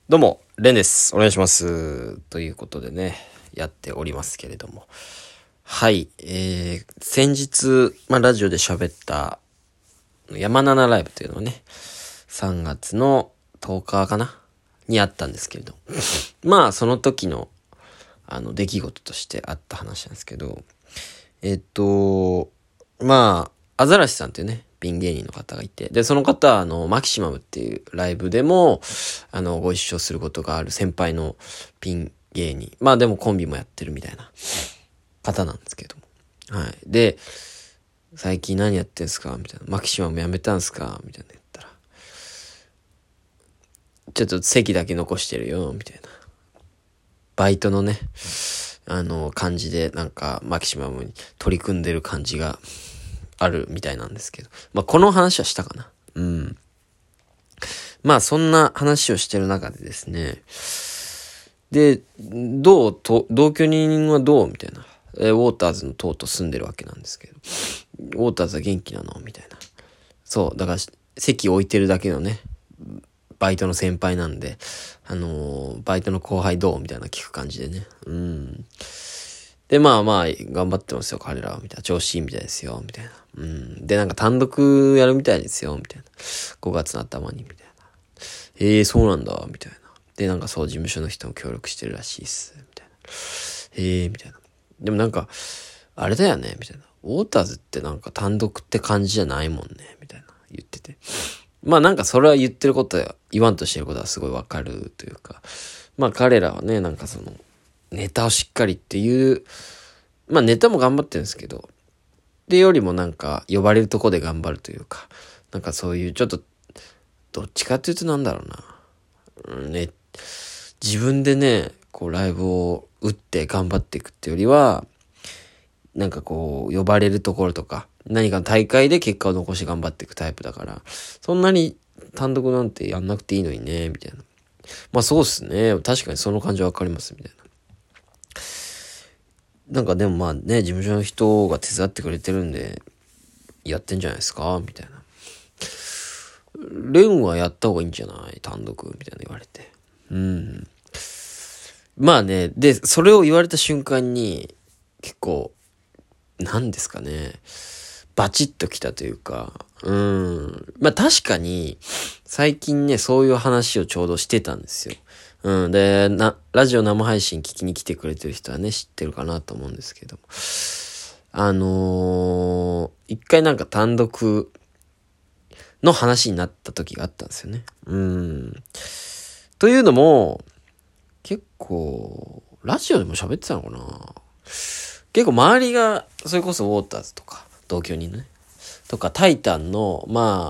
どうも、レンです。お願いします。ということでね、やっておりますけれども。はい、先日、ラジオで喋った山七ライブというのをね、3月の10日かなにあったんですけれど。その時の、出来事としてあった話なんですけど、アザラシさんっていうね、ピン芸人の方がいて、で、その方は、マキシマムっていうライブでも、ご一緒することがある先輩のピン芸人。でもコンビもやってるみたいな方なんですけども。はい。で、最近何やってんすかみたいな。マキシマムやめたんすかみたいな言ったら。ちょっと席だけ残してるよ、みたいな。バイトのね、感じで、マキシマムに取り組んでる感じがあるみたいなんですけど。この話はしたかな。うん。そんな話をしてる中でですね。で、同居人はどうみたいな。ウォーターズの塔と住んでるわけなんですけど。ウォーターズは元気なのみたいな。そう。だから、席置いてるだけのね、バイトの先輩なんで、バイトの後輩どうみたいな聞く感じでね。うん。で、頑張ってますよ、彼らは、みたいな。調子いいみたいですよ、みたいな。うん。で、単独やるみたいですよ、みたいな。5月の頭に、みたいな。そうなんだ、みたいな。で、そう、事務所の人も協力してるらしいっす、みたいな。みたいな。でもあれだよね、みたいな。ウォーターズって単独って感じじゃないもんね、みたいな。言ってて。それは言ってることは、言わんとしてることはすごいわかるというか。彼らはね、ネタをしっかりっていう、ネタも頑張ってるんですけど、っていうよりも呼ばれるとこで頑張るというか、そういうちょっと、どっちかっていうと自分でね、こうライブを打って頑張っていくっていうよりは、呼ばれるところとか、何かの大会で結果を残して頑張っていくタイプだから、そんなに単独なんてやんなくていいのにね、みたいな。そうっすね。確かにその感じはわかります、みたいな。でも事務所の人が手伝ってくれてるんで、やってんじゃないですかみたいな。レンはやった方がいいんじゃない単独みたいな言われて。うん。で、それを言われた瞬間に、結構、何ですかね。バチッときたというか、確かに、最近ね、そういう話をちょうどしてたんですよ。で、ラジオ生配信聞きに来てくれてる人はね、知ってるかなと思うんですけども。一回単独の話になった時があったんですよね。というのも、結構、ラジオでも喋ってたのかな結構周りが、それこそウォーターズとか、同居人ね。とか、タイタンの、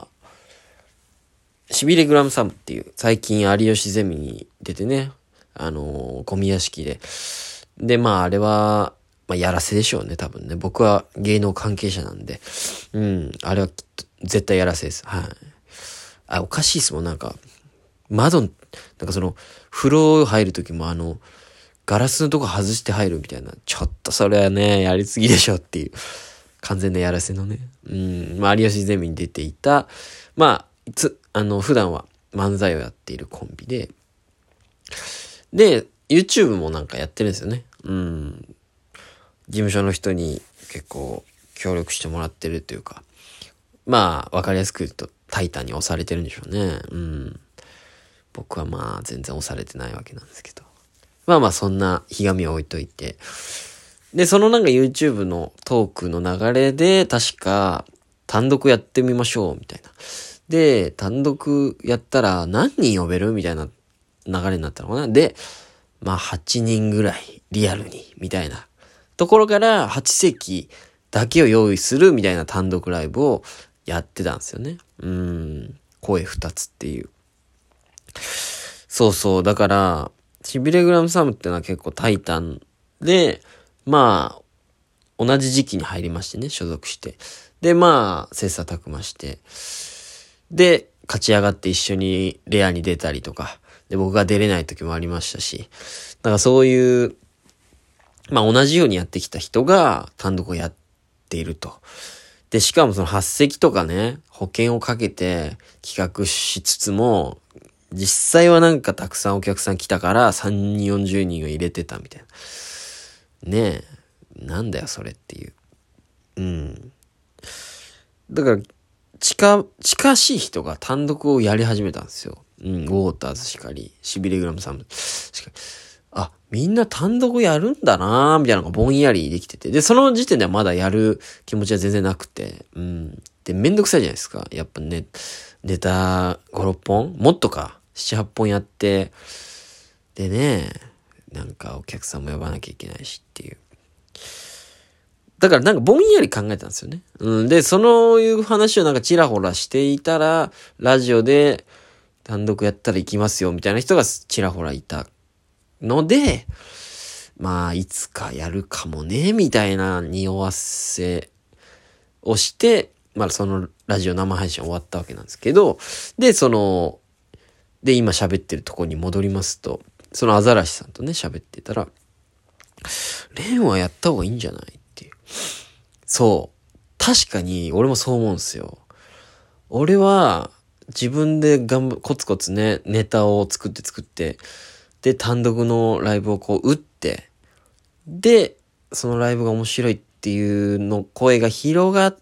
しびれグラムサムっていう、最近有吉ゼミに出てね、ゴミ屋敷で。で、あれは、やらせでしょうね、多分ね。僕は芸能関係者なんで。あれはきっと、絶対やらせです。はい。おかしいっすもん、窓、風呂入るときもガラスのとこ外して入るみたいな。ちょっとそれはね、やりすぎでしょっていう。完全なやらせのね。有吉ゼミに出ていた、普段は漫才をやっているコンビで、で、YouTube もやってるんですよね。事務所の人に結構協力してもらってるというか、わかりやすく言うと、タイタンに押されてるんでしょうね。僕は全然押されてないわけなんですけど。そんなひがみを置いといて。で、そのYouTube のトークの流れで、確か単独やってみましょう、みたいな。で、単独やったら何人呼べるみたいな流れになったのかな。で、8人ぐらいリアルに、みたいなところから8席だけを用意するみたいな単独ライブをやってたんですよね。声2つっていう。そうそう。だから、しびれグラムサムってのは結構タイタンで、同じ時期に入りましてね、所属して。で、切磋琢磨して。で、勝ち上がって一緒にレアに出たりとか。で、僕が出れない時もありましたし。そういう、同じようにやってきた人が単独をやっていると。で、しかもその8席とかね、保険をかけて企画しつつも、 実際はなんかたくさんお客さん来たから3人40人を入れてたみたいな。ねえ。なんだよそれっていう。だから、近しい人が単独をやり始めたんですよ。ウォーターズしかり、シビレグラムさんしかり。みんな単独やるんだなーみたいなのがぼんやりできてて。で、その時点ではまだやる気持ちは全然なくて。で、めんどくさいじゃないですか。やっぱね、ネタ5、6本もっとか。7、8本やって。でね、なんかお客さんも呼ばなきゃいけないしっていう。だからなんかぼんやり考えたんですよね。で、そういう話をなんかちらほらしていたら、ラジオで単独やったら行きますよみたいな人がちらほらいたので、まあ、いつかやるかもね、みたいな匂わせをして、まあ、そのラジオ生配信終わったわけなんですけど、で、今喋ってるとこに戻りますと、そのアザラシさんとね、喋ってたら、レンはやった方がいいんじゃないっていう。そう。確かに、俺もそう思うんですよ。俺は、自分でコツコツね、ネタを作って、で、単独のライブをこう打って、で、そのライブが面白いっていうの声が広がって、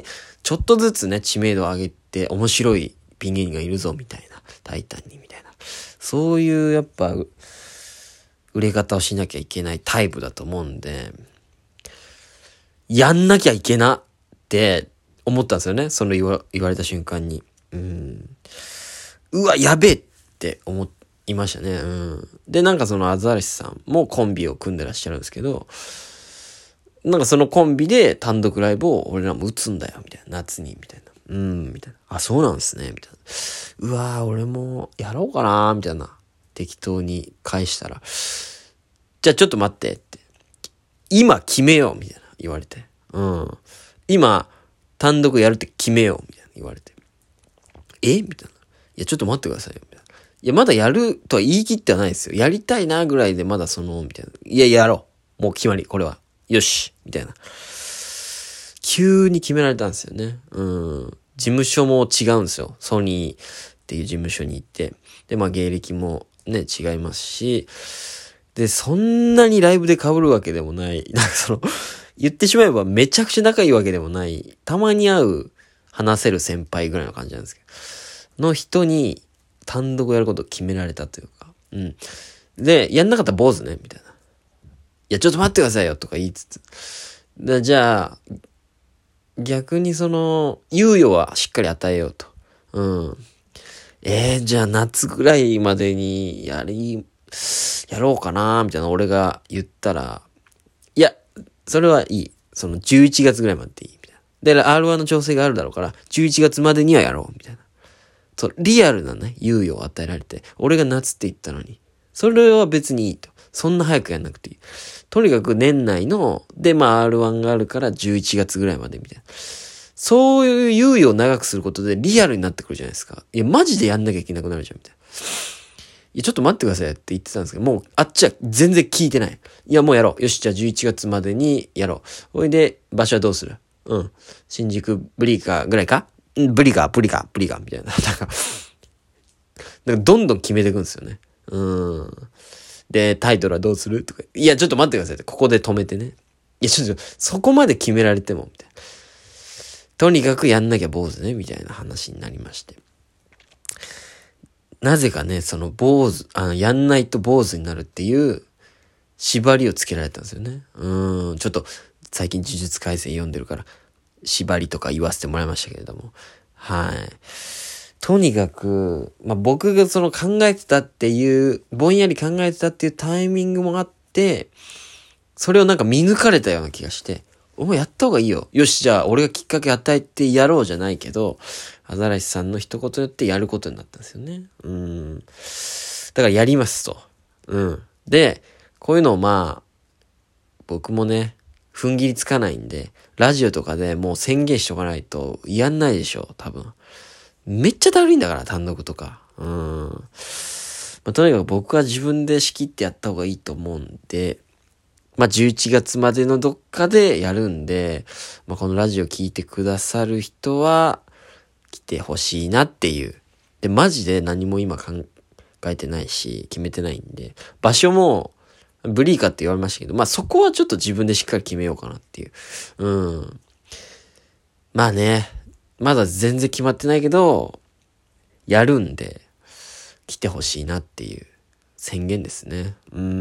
ちょっとずつね、知名度を上げて、面白いピン芸人がいるぞ、みたいな。タイタンに、みたいな。そういう、やっぱ、売れ方をしなきゃいけないタイプだと思うんで、やんなきゃいけなって思ったんですよね。その言われた瞬間に。うわ、やべえって思いましたね。で、なんかそのアザラシさんもコンビを組んでらっしゃるんですけど、なんかそのコンビで単独ライブを俺らも打つんだよ、みたいな。夏に、みたいな。みたいな。あ、そうなんですね、みたいな。うわー、俺もやろうかな、みたいな。適当に返したら、じゃあちょっと待ってって。今決めよう、みたいな言われて。今、単独やるって決めよう、みたいな言われて。みたいな。いや、ちょっと待ってくださいよ、みたいな。いや、まだやるとは言い切ってはないですよ。やりたいな、ぐらいでまだみたいな。いや、やろう。もう決まり、これは。よし、みたいな。急に決められたんですよね。事務所も違うんですよ。ソニーっていう事務所に行って。で、まあ芸歴もね、違いますし、で、そんなにライブで被るわけでもない。なんか言ってしまえばめちゃくちゃ仲いいわけでもない。たまに会う、話せる先輩ぐらいの感じなんですけど。の人に単独やることを決められたというか。で、やんなかったら坊主ね、みたいな。いや、ちょっと待ってくださいよ、とか言いつつ。じゃあ、逆に猶予はしっかり与えようと。じゃあ夏ぐらいまでにやろうかなみたいな俺が言ったら、いや、それはいい。11月ぐらいまででいい。みたいな。で、R1 の調整があるだろうから、11月までにはやろう。みたいな。リアルなね、猶予を与えられて、俺が夏って言ったのに、それは別にいいと。そんな早くやんなくていい。とにかく年内の、で、まあ R1 があるから11月ぐらいまでみたいな。そういう猶予を長くすることでリアルになってくるじゃないですか。いや、マジでやんなきゃいけなくなるじゃん、みたいな。いや、ちょっと待ってくださいって言ってたんですけど、もう、あっちは全然聞いてない。いや、もうやろう。よし、じゃあ11月までにやろう。おいで、場所はどうする？新宿ブリーカーぐらいか？ブリカー、みたいな。なんかどんどん決めていくんですよね。で、タイトルはどうする？とか。いや、ちょっと待ってくださいって。ここで止めてね。いや、ちょっと、そこまで決められても、みたいな。とにかくやんなきゃ坊主ね、みたいな話になりまして。なぜかね、やんないと坊主になるっていう縛りをつけられたんですよね。ちょっと、最近呪術廻戦読んでるから、縛りとか言わせてもらいましたけれども。はい。とにかく、まあ、僕が考えてたっていう、ぼんやり考えてたっていうタイミングもあって、それをなんか見抜かれたような気がして、お前やった方がいいよ。よし、じゃあ俺がきっかけ与えてやろうじゃないけど、アザラシさんの一言によってやることになったんですよね。だからやりますと。で、こういうのをまあ、僕もね、踏ん切りつかないんで、ラジオとかでもう宣言しとかないとやんないでしょ、多分。めっちゃだるいんだから、単独とか。まあ、とにかく僕は自分で仕切ってやった方がいいと思うんで、まあ、11月までのどっかでやるんで、まあ、このラジオ聞いてくださる人は来てほしいなっていうで、マジで何も今考えてないし、決めてないんで、場所も、ブリーカって言われましたけど、まあそこはちょっと自分でしっかり決めようかなっていう。うん。まあね、まだ全然決まってないけど、やるんで、来てほしいなっていう宣言ですね。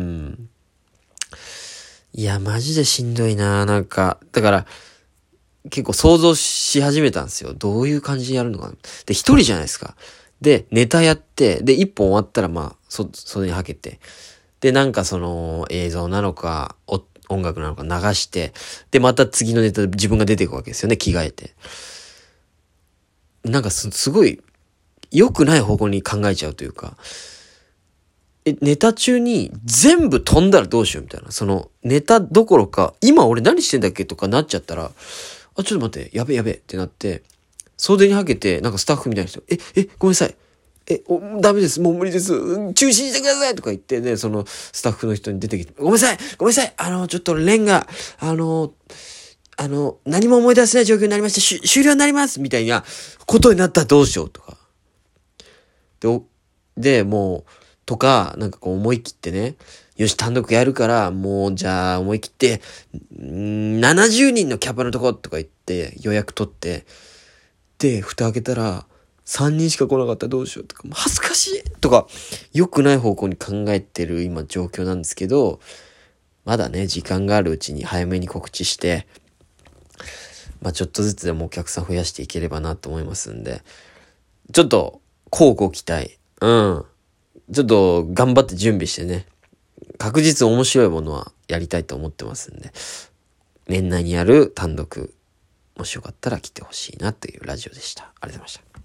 いや、マジでしんどいな。なんか、だから、結構想像し始めたんですよ。どういう感じでやるのかな。で、一人じゃないですか。で、ネタやって、で、一本終わったら、まあ、袖にはけて。で、なんかその、映像なのか、音楽なのか流して、で、また次のネタで自分が出ていくわけですよね、着替えて。なんかすごい、良くない方向に考えちゃうというか、ネタ中に全部飛んだらどうしようみたいな。その、ネタどころか、今俺何してんだっけとかなっちゃったら、あ、ちょっと待って、やべってなって、袖にはけて、なんかスタッフみたいな人、ごめんなさい。ダメです。もう無理です。中止してくださいとか言って、で、そのスタッフの人に出てきて、ごめんなさいちょっとレンが、何も思い出せない状況になりました。終了になりますみたいなことになったらどうしようとか。で、もう、とか、なんかこう思い切ってね、よし、単独やるから、もう、じゃあ思い切って、70人のキャパのとことか言って予約取って、で、蓋開けたら、3人しか来なかったらどうしようとか、恥ずかしいとか、良くない方向に考えてる今状況なんですけど、まだね、時間があるうちに早めに告知して、まあちょっとずつでもお客さん増やしていければなと思いますんで、ちょっと、乞うご期待。ちょっと頑張って準備してね、確実面白いものはやりたいと思ってますんで、年内にやる単独、もしよかったら来てほしいなというラジオでした。ありがとうございました。